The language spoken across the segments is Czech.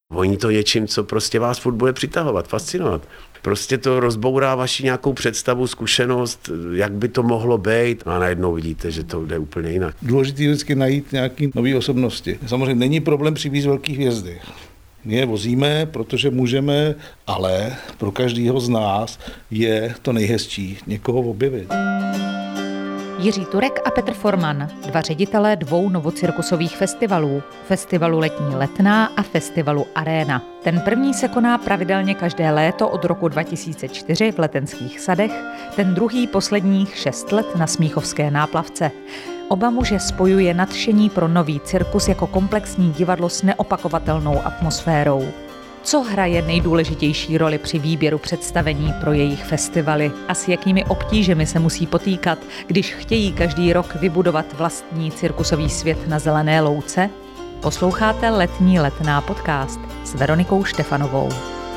Voní to něčím, co prostě vás furt bude přitahovat, fascinovat. Prostě to rozbourá vaši nějakou představu, zkušenost, jak by to mohlo být. A najednou vidíte, že to jde úplně jinak. Důležité je vždycky najít nějaké nové osobnosti. Samozřejmě není problém přivést velké hvězdy. My je vozíme, protože můžeme, ale pro každého z nás je to nejhezčí někoho objevit. Jiří Turek a Petr Forman, dva ředitelé 2 novocirkusových festivalů. Festivalu Letní Letná a festivalu Aréna. Ten první se koná pravidelně každé léto od roku 2004 v Letenských sadech, ten druhý posledních 6 let na Smíchovské náplavce. Oba muže spojuje nadšení pro nový cirkus jako komplexní divadlo s neopakovatelnou atmosférou. Co hraje nejdůležitější roli při výběru představení pro jejich festivaly a s jakými obtížemi se musí potýkat, když chtějí každý rok vybudovat vlastní cirkusový svět na zelené louce? Posloucháte Letní letná podcast s Veronikou Štefanovou.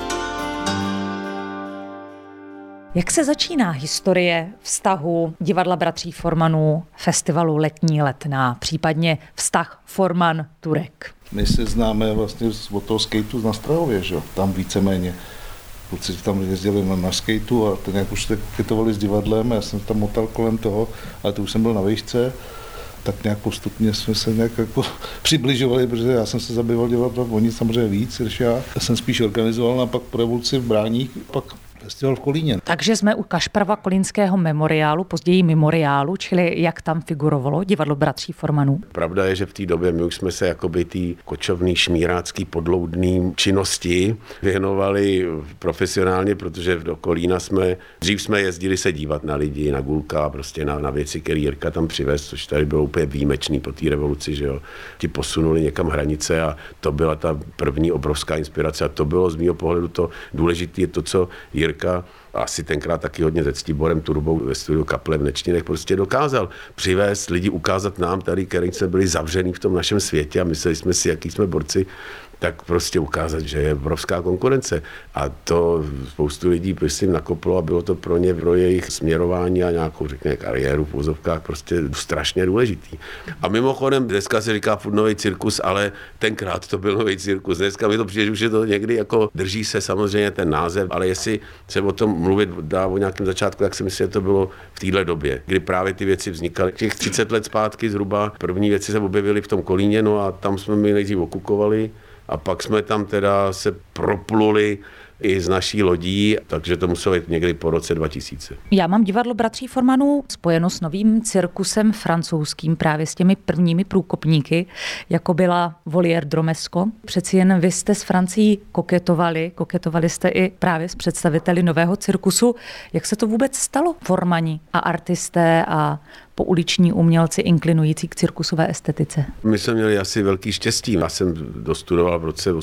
Jak se začíná historie vztahu divadla bratří Formanů, festivalu Letní letná, případně vztah Forman-Turek? My se známe vlastně od toho skateu na Strahově, že? Tam víceméně. Kluci tam jezdili na skateu a ten jak už se kytovali s divadlem, já jsem tam motal kolem toho, ale to už jsem byl na výšce, tak nějak postupně jsme se nějak jako přibližovali, protože já jsem se zabýval divadlem, oni samozřejmě víc, než já. Já jsem spíš organizoval a pak po revoluci v Bráních, pak festival v Kolíně. Takže jsme u Kašparova kolínského memoriálu, později memoriálu, čili jak tam figurovalo divadlo bratří Formanů? Pravda je, že v té době my už jsme se jakoby tý kočovný, šmírácký, podloudný činnosti věnovali profesionálně, protože do Kolína dřív jsme jezdili se dívat na lidi, na Gulka, prostě na věci, které Jirka tam přivez, což tady bylo úplně výjimečný po té revoluci, že jo. Ti posunuli někam hranice a to byla ta první obrovská inspirace a to bylo z mýho pohledu to důležité, je to, co Jirka asi tenkrát taky hodně se Ctiborem Turbou ve studiu Kaple v Nečtinech prostě dokázal přivést lidi, ukázat nám tady, který jsme byli zavřený v tom našem světě a mysleli jsme si, jaký jsme borci, tak prostě ukázat, že je obrovská konkurence. A to spoustu lidí prostě nakoplo a bylo to pro ně, pro jejich směrování a nějakou, řekněme, kariéru v úzovkách prostě strašně důležitý. A mimochodem, dneska se říká furt nový cirkus, ale tenkrát to byl nový cirkus. Dneska mi to přijde, že už je to někdy jako drží se samozřejmě ten název, ale jestli se o tom mluvit dá o nějakém začátku, tak si myslím, že to bylo v téhle době, kdy právě ty věci vznikaly. Těch 30 let zpátky zhruba první věci se objevily v tom Kolíně, no a tam jsme my nejdřív okukovali. A pak jsme tam teda se propluli i z naší lodí, takže to muselo být někdy po roce 2000. Já mám divadlo bratří Formanů spojeno s novým cirkusem francouzským, právě s těmi prvními průkopníky, jako byla Volière Dromesco. Přeci jen vy jste s Francií koketovali jste i právě s představiteli nového cirkusu. Jak se to vůbec stalo? Formani a artisté a pouliční umělci inklinující k cirkusové estetice. My jsme měli asi velký štěstí. Já jsem dostudoval v roce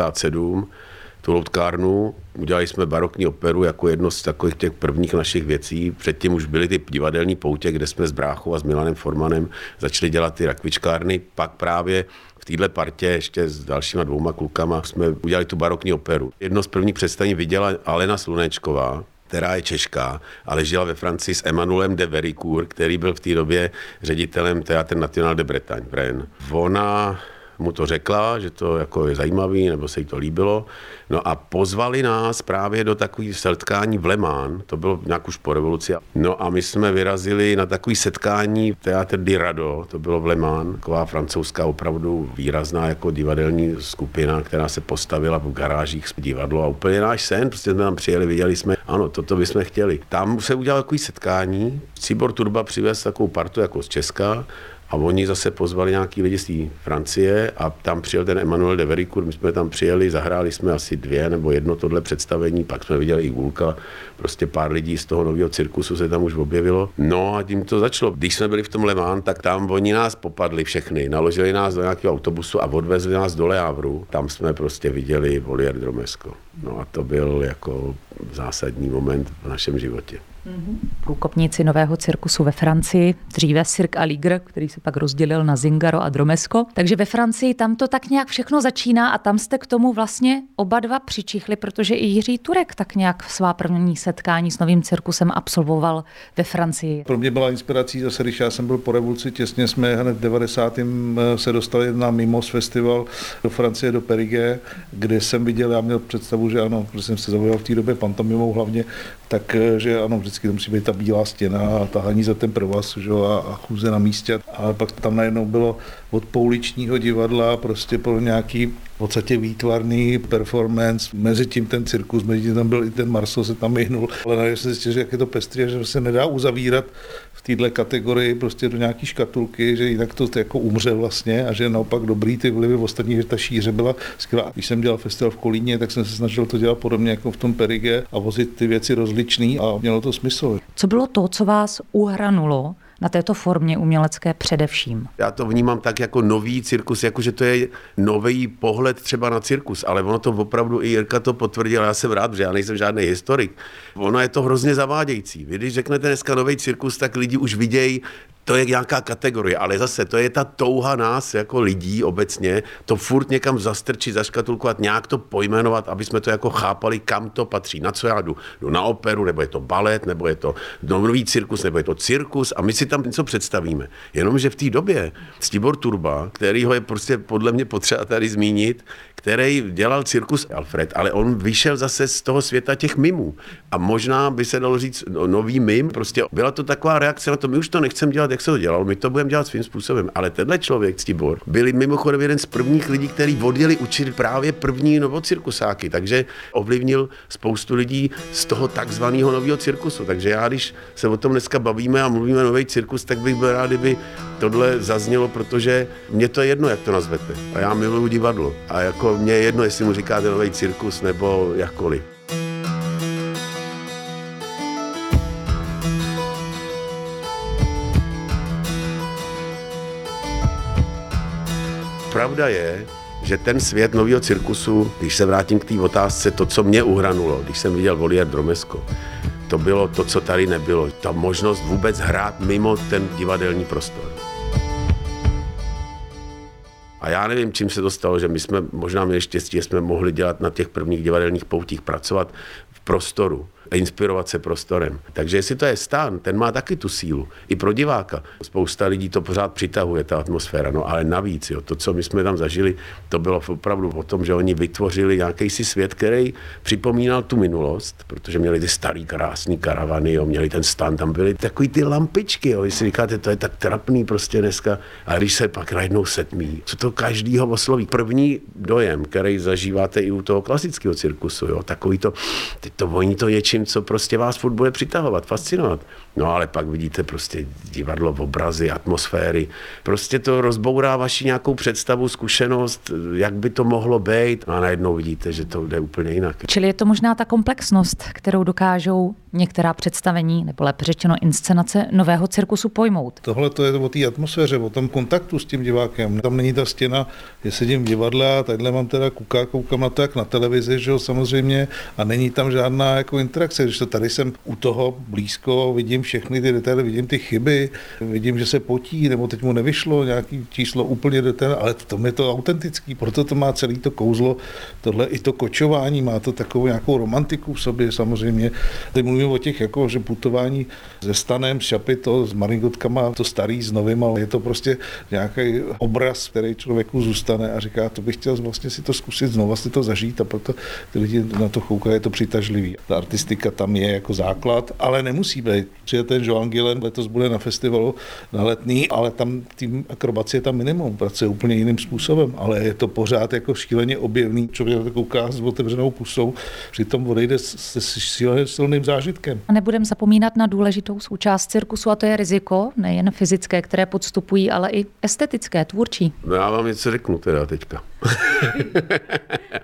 87 tu loutkárnu, udělali jsme barokní operu jako jedno z takových těch prvních našich věcí. Předtím už byly ty divadelní poutě, kde jsme s bráchou a s Milanem Formanem začali dělat ty rakvičkárny. Pak právě v téhle partě ještě s dalšíma 2 klukama jsme udělali tu barokní operu. Jedno z prvních představení viděla Alena Slunečková, která je Češka, ale žila ve Francii s Emmanuelem de Vericourt, který byl v té době ředitelem Théâtre National de Bretagne. Ona mu to řekla, že to jako je zajímavý, nebo se jí to líbilo. No a pozvali nás právě do takových setkání v Le Mans, to bylo nějak už po revoluci. No a my jsme vyrazili na takový setkání Théâtre du Radeau, to bylo v Le Mans, taková francouzská opravdu výrazná jako divadelní skupina, která se postavila v garážích s divadlo a úplně náš sen, prostě jsme tam přijeli, viděli jsme, ano, toto bychom chtěli. Tam se udělalo takový setkání, Ctibor Turba přivez takovou partu jako z Česka, a oni zase pozvali nějaký lidi z té Francie a tam přijel ten Emmanuel de Vericourt, my jsme tam přijeli, zahráli jsme asi 2 nebo 1 tohle představení, pak jsme viděli i Gulka, prostě pár lidí z toho nového cirkusu se tam už objevilo. No a tím to začalo. Když jsme byli v tom Le Mans, tak tam oni nás popadli všechny, naložili nás do nějakého autobusu a odvezli nás do Le Havru. Tam jsme prostě viděli Volière Dromesco. No a to byl jako zásadní moment v našem životě. Průkopníci nového cirkusu ve Francii, dříve Cirque Aligre, který se pak rozdělil na Zingaro a Dromesco. Takže ve Francii tam to tak nějak všechno začíná a tam jste k tomu vlastně oba dva přičichli, protože i Jiří Turek tak nějak svá první setkání s novým cirkusem absolvoval ve Francii. Pro mě byla inspirací zase, když já jsem byl po revoluci, těsně jsme hned v 90. se dostali na Mimos festival do Francie, do Périgueux, kde jsem viděl, já měl představu, že ano, protože jsem se zaujal v té době pantomimou hlavně, takže ano, vždycky to musí být ta bílá stěna a tahání za ten provaz, že, a chůze na místě. Ale pak tam najednou bylo od pouličního divadla prostě pro nějaký v podstatě výtvarný performance, mezi tím ten cirkus, mezi tím tam byl i ten Marcel, se tam vyhnul, ale najednou se zjistil, že jak je to pestrý, že se nedá uzavírat v této kategorii prostě do nějaký škatulky, že jinak to jako umře vlastně a že naopak dobrý ty vlivy v ostatních, že ta šíře byla skvělá. Když jsem dělal festival v Kolíně, tak jsem se snažil to dělat podobně jako v tom Périgueux a vozit ty věci rozličný a mělo to smysl. Co bylo to, co vás uhranulo na této formě umělecké především? Já to vnímám tak jako nový cirkus, jakože to je nový pohled třeba na cirkus, ale ono to opravdu, i Jirka to potvrdil, já jsem rád, že já nejsem žádný historik. Ono je to hrozně zavádějící. Vy, když řeknete dneska nový cirkus, tak lidi už vidějí, to je nějaká kategorie, ale zase to je ta touha nás jako lidí obecně, to furt někam zastrčit, zaškatulkovat, nějak to pojmenovat, aby jsme to jako chápali, kam to patří, na co já jdu. Jdu na operu, nebo je to balet, nebo je to nový cirkus, nebo je to cirkus a my si tam něco představíme. Jenomže v té době Ctibor Turba, kterýho je prostě podle mě potřeba tady zmínit, který dělal cirkus Alfred, ale on vyšel zase z toho světa těch mimů. A možná by se dalo říct nový mim, prostě byla to taková reakce na to, my už to nechceme dělat, jak se to dělalo, my to budeme dělat svým způsobem. Ale tenhle člověk, Ctibor, byl mimochodem jeden z prvních lidí, kteří odjeli učit právě první novocirkusáky, takže ovlivnil spoustu lidí z toho takzvaného nového cirkusu. Takže já, když se o tom dneska bavíme a mluvíme nový cirkus, tak bych byl rád, kdyby tohle zaznělo, protože mně to je jedno, jak to nazvete. A já miluju divadlo. A jako mně je jedno, jestli mu říkáte nový cirkus nebo jakkoliv. Pravda je, že ten svět nového cirkusu, když se vrátím k té otázce, to, co mě uhranulo, když jsem viděl Volière Dromesco, to bylo to, co tady nebylo. Ta možnost vůbec hrát mimo ten divadelní prostor. A já nevím, čím se to stalo, že my jsme možná měli štěstí, že jsme mohli dělat na těch prvních divadelních poutích, pracovat v prostoru a inspirovat se prostorem. Takže jestli to je stán, ten má taky tu sílu. I pro diváka. Spousta lidí to pořád přitahuje, ta atmosféra. No ale navíc, jo, to, co my jsme tam zažili, to bylo opravdu o tom, že oni vytvořili nějaký si svět, který připomínal tu minulost, protože měli ty starý krásný karavany, jo, měli ten stan, tam byly takový ty lampičky, jo, jestli říkáte, to je tak trapný prostě dneska. A když se pak najednou setmí, co to každýho osloví. První dojem, který zažíváte i u toho klasického cirkusu, jo, takový to, teď to voní to něčím, co prostě vás furt bude přitahovat, fascinovat. No ale pak vidíte prostě divadlo, obrazy, atmosféry. Prostě to rozbourá vaši nějakou představu, zkušenost, jak by to mohlo být. A najednou vidíte, že to jde úplně jinak. Čili je to možná ta komplexnost, kterou dokážou některá představení, nebo lépe řečeno inscenace nového cirkusu pojmout. Tohle to je o té atmosféře, o tom kontaktu s tím divákem. Tam není ta stěna, že sedím v divadle a tadyhle mám teda koukám na to jak na televizi, že jo, samozřejmě, a není tam žádná jako interakce. Když to tady jsem u toho blízko, vidím všechny ty detaily, vidím ty chyby, vidím, že se potí, nebo teď mu nevyšlo nějaký číslo úplně detail, ale to je to autentický, proto to má celý to kouzlo, tohle i to kočování, má to takovou nějakou romantiku v sobě samozřejmě. Teď mluvím o těch, jako, že putování se stanem, s šapito, s maringotkama, to starý s novým, ale je to prostě nějaký obraz, který člověku zůstane a říká, to bych chtěl vlastně si to zkusit znovu, si to zažít, a proto ty lidi na to koukají, je to přitažlivý. Ta artistika tam je jako základ, ale nemusí být. Přijde ten Joan Guillain, letos bude na festivalu na Letný, ale tam tým akrobacie je tam minimum, pracuje úplně jiným způsobem, ale je to pořád jako šíleně objevný. Člověk to kouká s otevřenou pusou, přitom odejde se silným zážitkem. A nebudeme zapomínat na důležitou součást cirkusu, a to je riziko, nejen fyzické, které podstupují, ale i estetické, tvůrčí. No já vám něco řeknu teda teďka.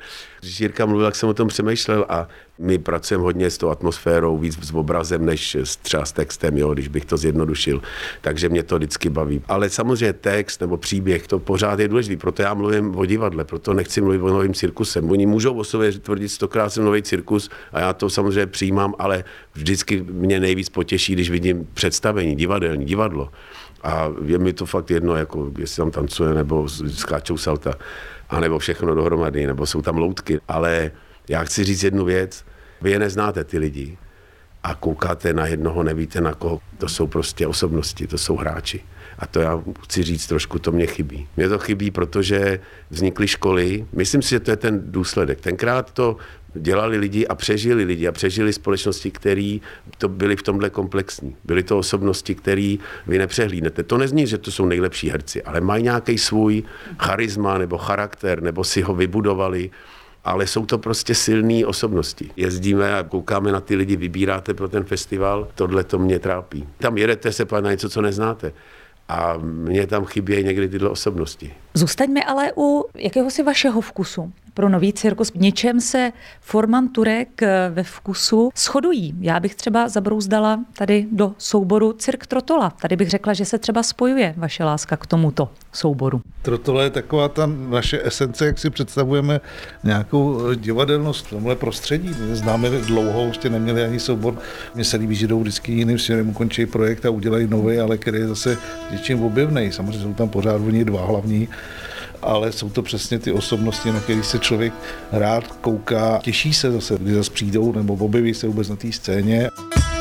Když Jirka mluvil, tak jsem o tom přemýšlel a my pracujeme hodně s tou atmosférou, víc s obrazem, než třeba s textem, jo, když bych to zjednodušil. Takže mě to vždycky baví. Ale samozřejmě text nebo příběh, to pořád je důležitý, proto já mluvím o divadle, proto nechci mluvit o novém cirkusem. Oni můžou o sobě tvrdit 100krát jsem nový cirkus a já to samozřejmě přijímám, ale vždycky mě nejvíc potěší, když vidím představení, divadelní, divadlo. A je mi to fakt jedno, jako jestli tam tancuje, nebo skáčou salta, anebo všechno dohromady, nebo jsou tam loutky. Ale já chci říct jednu věc, vy je neznáte ty lidi a koukáte na jednoho, nevíte na koho. To jsou prostě osobnosti, to jsou hráči. A to já chci říct trošku, to mě chybí. Mně to chybí, protože vznikly školy, myslím si, že to je ten důsledek. Tenkrát to dělali lidi a přežili společnosti, které to byly v tomhle komplexní. Byly to osobnosti, které vy nepřehlídnete. To nezní, že to jsou nejlepší herci, ale mají nějaký svůj charisma nebo charakter, nebo si ho vybudovali, ale jsou to prostě silné osobnosti. Jezdíme a koukáme na ty lidi, vybíráte pro ten festival, tohle to mě trápí. Tam jedete se na něco, co neznáte. A mně tam chybějí někdy tyhle osobnosti. Zůstaňme ale u jakéhosi vašeho vkusu pro nový cirkus. V něčem se Forman Turek ve vkusu shodují. Já bych třeba zabrouzdala tady do souboru Cirk Trotola. Tady bych řekla, že se třeba spojuje vaše láska k tomuto souboru. Trotola je taková ta naše esence, jak si představujeme nějakou divadelnost v tomhle prostředí. My známe dlouho, ještě neměli ani soubor. Mně se líbí, že jdou vždycky jiným směrem, ukončí projekt a udělají nový, ale který je zase něčím objevnej. Samozřejmě jsou tam pořád oni dva hlavní, ale jsou to přesně ty osobnosti, na které se člověk rád kouká. Těší se zase, kdy zase přijdou nebo objeví se vůbec na té scéně.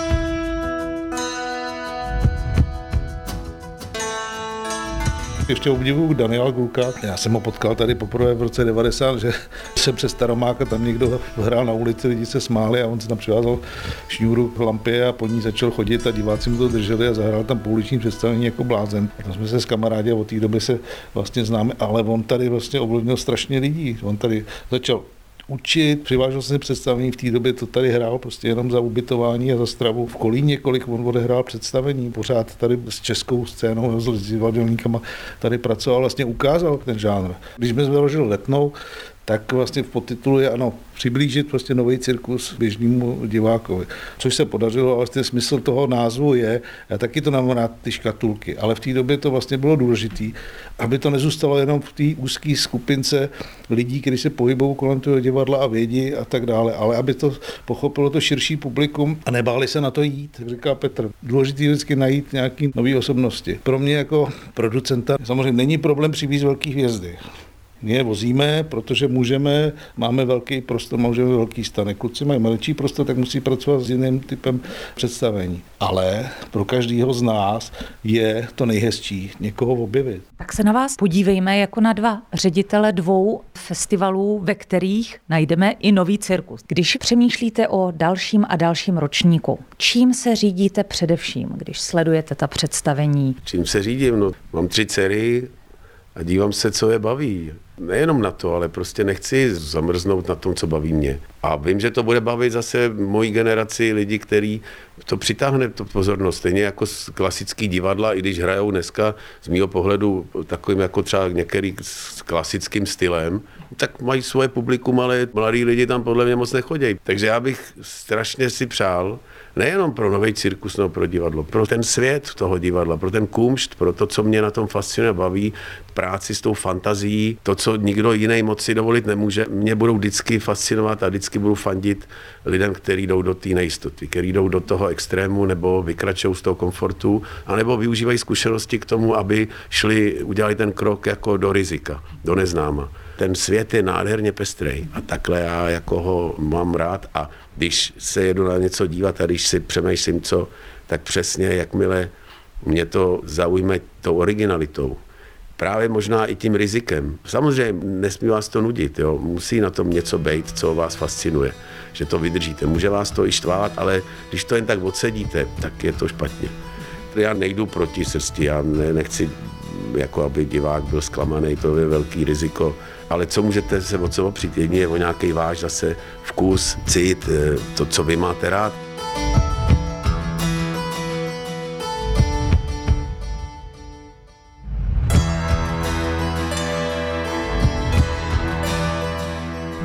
Ještě obdivuju Daniela Gulka. Já jsem ho potkal tady poprvé v roce 90, že jsem přes Staromáka, tam někdo hrál na ulici, lidi se smáli a on se tam přivázal šňůru k lampě a po ní začal chodit a diváci mu to drželi a zahrál tam pouliční představení jako blázen. A tam jsme se s kamarádi a od té doby se vlastně známe, ale on tady vlastně ovlivnil strašně lidí. On tady začal učit, přivážel se představení, v té době to tady hrál prostě jenom za ubytování a za stravu. V Kolíně, kolik on odehrál představení, pořád tady s českou scénou, s divadelníkama tady pracoval, vlastně ukázal ten žánr. Když jsme založili Letnou, tak vlastně v podtitulu je ano, přiblížit prostě nový cirkus běžnému divákovi. Což se podařilo, ale ten smysl toho názvu je, já taky to mám rád ty škatulky, ale v té době to vlastně bylo důležité, aby to nezůstalo jenom v té úzké skupince lidí, kteří se pohybují kolem toho divadla a vědí a tak dále, ale aby to pochopilo to širší publikum a nebáli se na to jít, jak říká Petr. Důležité je vždycky najít nějaké nové osobnosti. Pro mě jako producenta samozřejmě není problém přivést velké hvězdy. My je vozíme, protože můžeme, máme velký prostor, můžeme velký stane. Kluci mají menší prostor, tak musí pracovat s jiným typem představení. Ale pro každého z nás je to nejhezčí někoho objevit. Tak se na vás podívejme jako na dva ředitele dvou festivalů, ve kterých najdeme i nový cirkus. Když přemýšlíte o dalším a dalším ročníku, čím se řídíte především, když sledujete ta představení? Čím se řídím? No, mám 3 dcery a dívám se, co je baví. Nejenom na to, ale prostě nechci zamrznout na tom, co baví mě. A vím, že to bude bavit zase mojí generaci lidí, který to přitáhne tu pozornost. Stejně jako z klasický divadla, i když hrajou dneska z mýho pohledu takovým jako třeba některý s klasickým stylem, tak mají svoje publikum, ale mladí lidi tam podle mě moc nechodí. Takže já bych strašně si přál, nejenom pro nový cirkus, no pro divadlo, pro ten svět toho divadla, pro ten kumšt, pro to, co mě na tom fascinuje, baví, práci s tou fantazií, to, co nikdo jiný moc si dovolit nemůže. Mě budou vždycky fascinovat a vždycky budu fandit lidem, kteří jdou do té nejistoty, kteří jdou do toho extrému nebo vykračují z toho komfortu, anebo využívají zkušenosti k tomu, aby udělali ten krok jako do rizika, do neznáma. Ten svět je nádherně pestrej a takhle já jako ho mám rád a když se jedu na něco dívat a když si přemýšlím co, tak přesně jakmile mě to zaujme tou originalitou, právě možná i tím rizikem. Samozřejmě nesmí vás to nudit, jo? Musí na tom něco být, co vás fascinuje, že to vydržíte. Může vás to i štvát, ale když to jen tak odsedíte, tak je to špatně. Já nejdu proti srsti, já nechci, jako aby divák byl zklamaný, to je velký riziko. Ale co můžete se od sebe opřít? Jedině je o nějaký váš zase vkus, cit, to, co vy máte rád.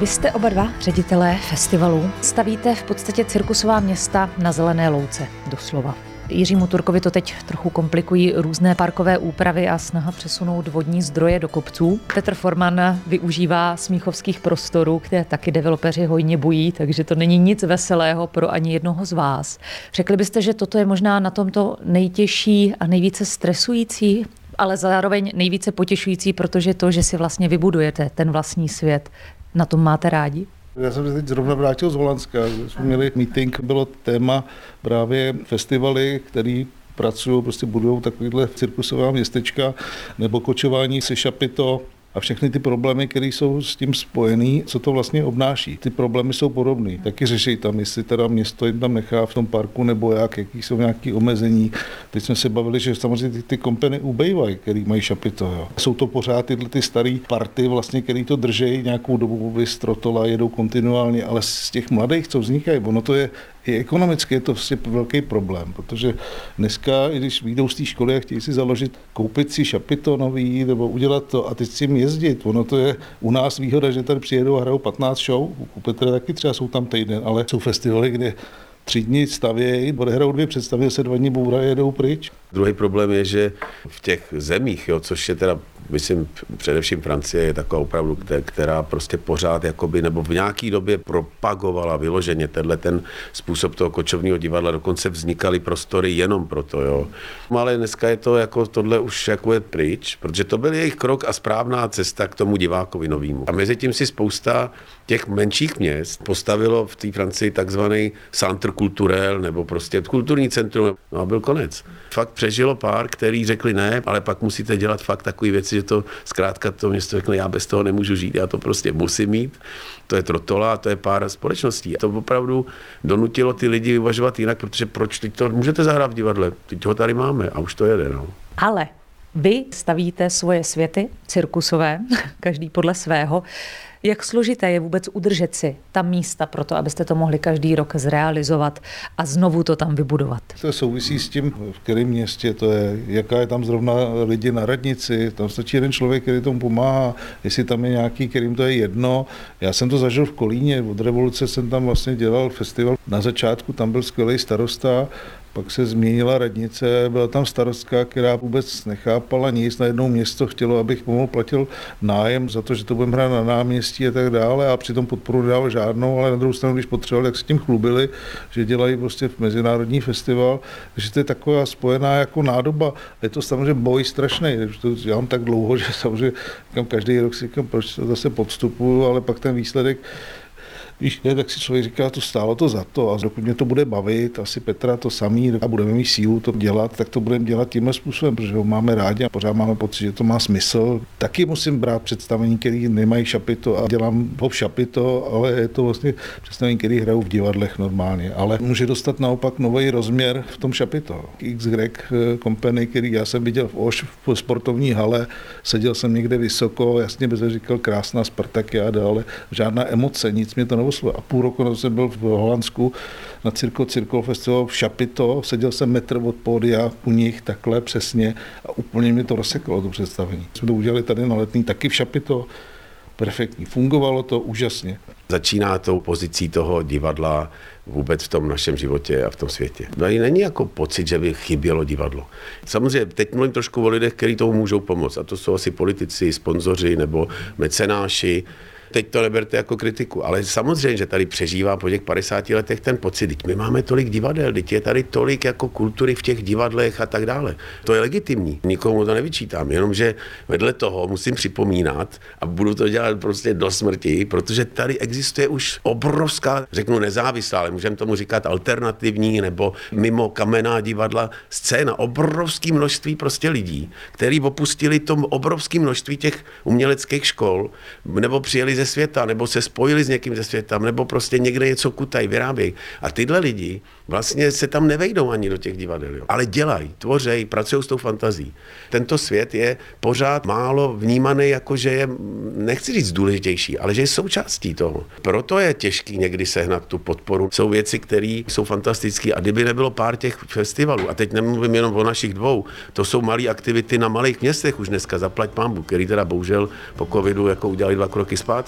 Vy jste oba dva ředitelé festivalu. Stavíte v podstatě cirkusová města na zelené louce, doslova. Jiřímu Turkovi to teď trochu komplikují různé parkové úpravy a snaha přesunout vodní zdroje do kopců. Petr Forman využívá smíchovských prostorů, které taky developeři hojně bojí, takže to není nic veselého pro ani jednoho z vás. Řekli byste, že toto je možná na tomto nejtěžší a nejvíce stresující, ale zároveň nejvíce potěšující, protože to, že si vlastně vybudujete ten vlastní svět, na tom máte rádi? Já jsem se teď zrovna vrátil z Holandska, jsme měli meeting, bylo téma právě festivaly, který pracují, prostě budují takovýhle cirkusová městečka nebo kočování se Chapiteau a všechny ty problémy, které jsou s tím spojený, co to vlastně obnáší. Ty problémy jsou podobné. Taky řeší tam, jestli teda město jim tam nechá v tom parku nebo jaký jsou nějaké omezení. Teď jsme se bavili, že samozřejmě ty kompany ubejvají, který mají Chapiteau. Jo. Jsou to pořád tyhle ty staré party, vlastně, který to držejí nějakou dobu, vys Trotola, jedou kontinuálně, ale z těch mladých, co vznikají, ono to je i ekonomicky je to vlastně velký problém, protože dneska, když vyjdou z té školy a chtějí si založit, koupit si Chapiteau nový nebo udělat to a teď si jim jezdit, ono to je u nás výhoda, že tady přijedou a hrajou 15 show, u Petra taky třeba jsou tam týden, ale jsou festivaly, kde 3 dny stavějí, odehrajou 2 představy, se 2 dny bourají, jedou pryč. Druhý problém je, že v těch zemích, což je teda, myslím, především Francie je taková opravdu, která prostě pořád jakoby, nebo v nějaký době propagovala vyloženě ten způsob toho kočovního divadla, dokonce vznikaly prostory jenom proto, jo. Ale dneska je to jako tohle už jako je pryč, protože to byl jejich krok a správná cesta k tomu divákovi novému. A mezi tím si spousta těch menších měst postavilo v té Francii takzvaný centre culturel, nebo prostě kulturní centrum. No a byl konec. Fakt přežilo pár, který řekli ne, ale pak musíte dělat fakt takové věci, že to zkrátka to město řekne, já bez toho nemůžu žít, já to prostě musím mít. To je Trotola a to je pár společností. A to opravdu donutilo ty lidi uvažovat jinak, protože proč teď to můžete zahrát v divadle, teď ho tady máme a už to jede. No. Ale vy stavíte svoje světy, cirkusové, každý podle svého. Jak složité je vůbec udržet si tam místa pro to, abyste to mohli každý rok zrealizovat a znovu to tam vybudovat? To souvisí s tím, v kterém městě to je, jaká je tam zrovna lidi na radnici, tam stačí jeden člověk, který tomu pomáhá, jestli tam je nějaký, kterým to je jedno. Já jsem to zažil v Kolíně, od revoluce jsem tam vlastně dělal festival. Na začátku tam byl skvělý starosta, pak se změnila radnice, byla tam starostka, která vůbec nechápala nic, najednou město chtělo, abych pomohl platil nájem za to, že to budeme hrát na náměstí a tak dále a přitom podporu nedával žádnou, ale na druhou stranu, když potřebovali, tak se tím chlubili, že dělají prostě mezinárodní festival, takže to je taková spojená jako nádoba. Je to samozřejmě boj strašný, to dělám tak dlouho, že samozřejmě každý rok si říkám, proč to zase podstupuju, ale pak ten výsledek když ne, tak si člověk říká, to stálo to za to a dokud mě to bude bavit, asi Petra to samý a budeme mít sílu to dělat, tak to budeme dělat tímhle způsobem, protože ho máme rádi a pořád máme pocit, že to má smysl. Taky musím brát představení, který nemají Chapiteau a dělám ho v Chapiteau, ale je to vlastně představení, který hrajou v divadlech normálně, ale může dostat naopak nový rozměr v tom Chapiteau. XY Company, který já jsem viděl v Oš v sportovní hale, seděl jsem někde vysoko, jasně bez říkal krásná Spartakiáda, ale žádná emoce, nic mě to neoslovilo. A půl roku jsem byl v Holandsku na Circle Festival v Chapiteau, seděl jsem metr od pódia u nich takhle přesně a úplně mě to rozseklo, to představení. Jsme to udělali tady na Letný, taky v Chapiteau, perfektní, fungovalo to úžasně. Začíná tou pozicí toho divadla vůbec v tom našem životě a v tom světě. Tady není jako pocit, že by chybělo divadlo. Samozřejmě teď mluvím trošku o lidech, kteří tomu můžou pomoct a to jsou asi politici, sponzoři nebo mecenáši. Teď to neberte jako kritiku, ale samozřejmě, že tady přežívá po těch 50 letech ten pocit, teď my máme tolik divadel, teď je tady tolik jako kultury v těch divadlech a tak dále. To je legitimní, nikomu to nevyčítám, jenomže vedle toho musím připomínat a budu to dělat prostě do smrti, protože tady existuje už obrovská, řeknu nezávislá, ale můžeme tomu říkat alternativní nebo mimo kamenná divadla scéna, obrovské množství prostě lidí, kteří opustili tom obrovské množství těch uměleckých škol nebo přijeli ze světa, nebo se spojili s někým ze světa, nebo prostě někde něco kutají, vyrábějí. A tyhle lidi vlastně se tam nevejdou ani do těch divadel, jo. Ale dělají, tvořejí, pracují s tou fantazí. Tento svět je pořád málo vnímaný, jako že je, nechci říct důležitější, ale že je součástí toho. Proto je těžký někdy sehnat tu podporu. Jsou věci, které jsou fantastické a kdyby nebylo pár těch festivalů, a teď nemluvím jenom o našich dvou, to jsou malé aktivity na malých městech už dneska, zaplať pánbůh, který teda bohužel po covidu jako udělali 2 kroky zpátky.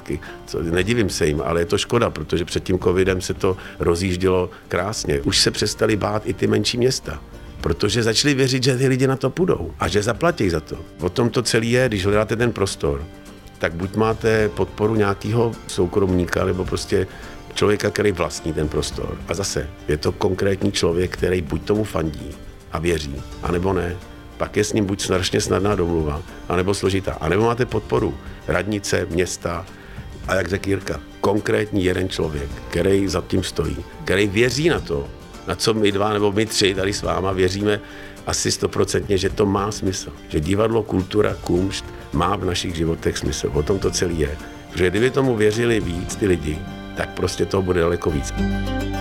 zpátky. Nedivím se jim, ale je to škoda, protože před tím covidem se to rozjíždělo krásně. Už se přestali bát i ty menší města, protože začali věřit, že ty lidi na to půjdou a že zaplatí za to. O tom to celé je, když hledáte ten prostor, tak buď máte podporu nějakého soukromníka, nebo prostě člověka, který vlastní ten prostor. A zase je to konkrétní člověk, který buď tomu fandí a věří, anebo ne. Pak je s ním buď strašně snadná domluva, anebo složitá. A nebo máte podporu radnice, města a jak řekl Jirka, konkrétní jeden člověk, který za tím stojí, který věří na to, na co my dva nebo my tři tady s váma věříme asi 100%, že to má smysl. Že divadlo, kultura, kumšt má v našich životech smysl. O tom to celé je. Protože kdyby tomu věřili víc ty lidi, tak prostě toho bude daleko víc.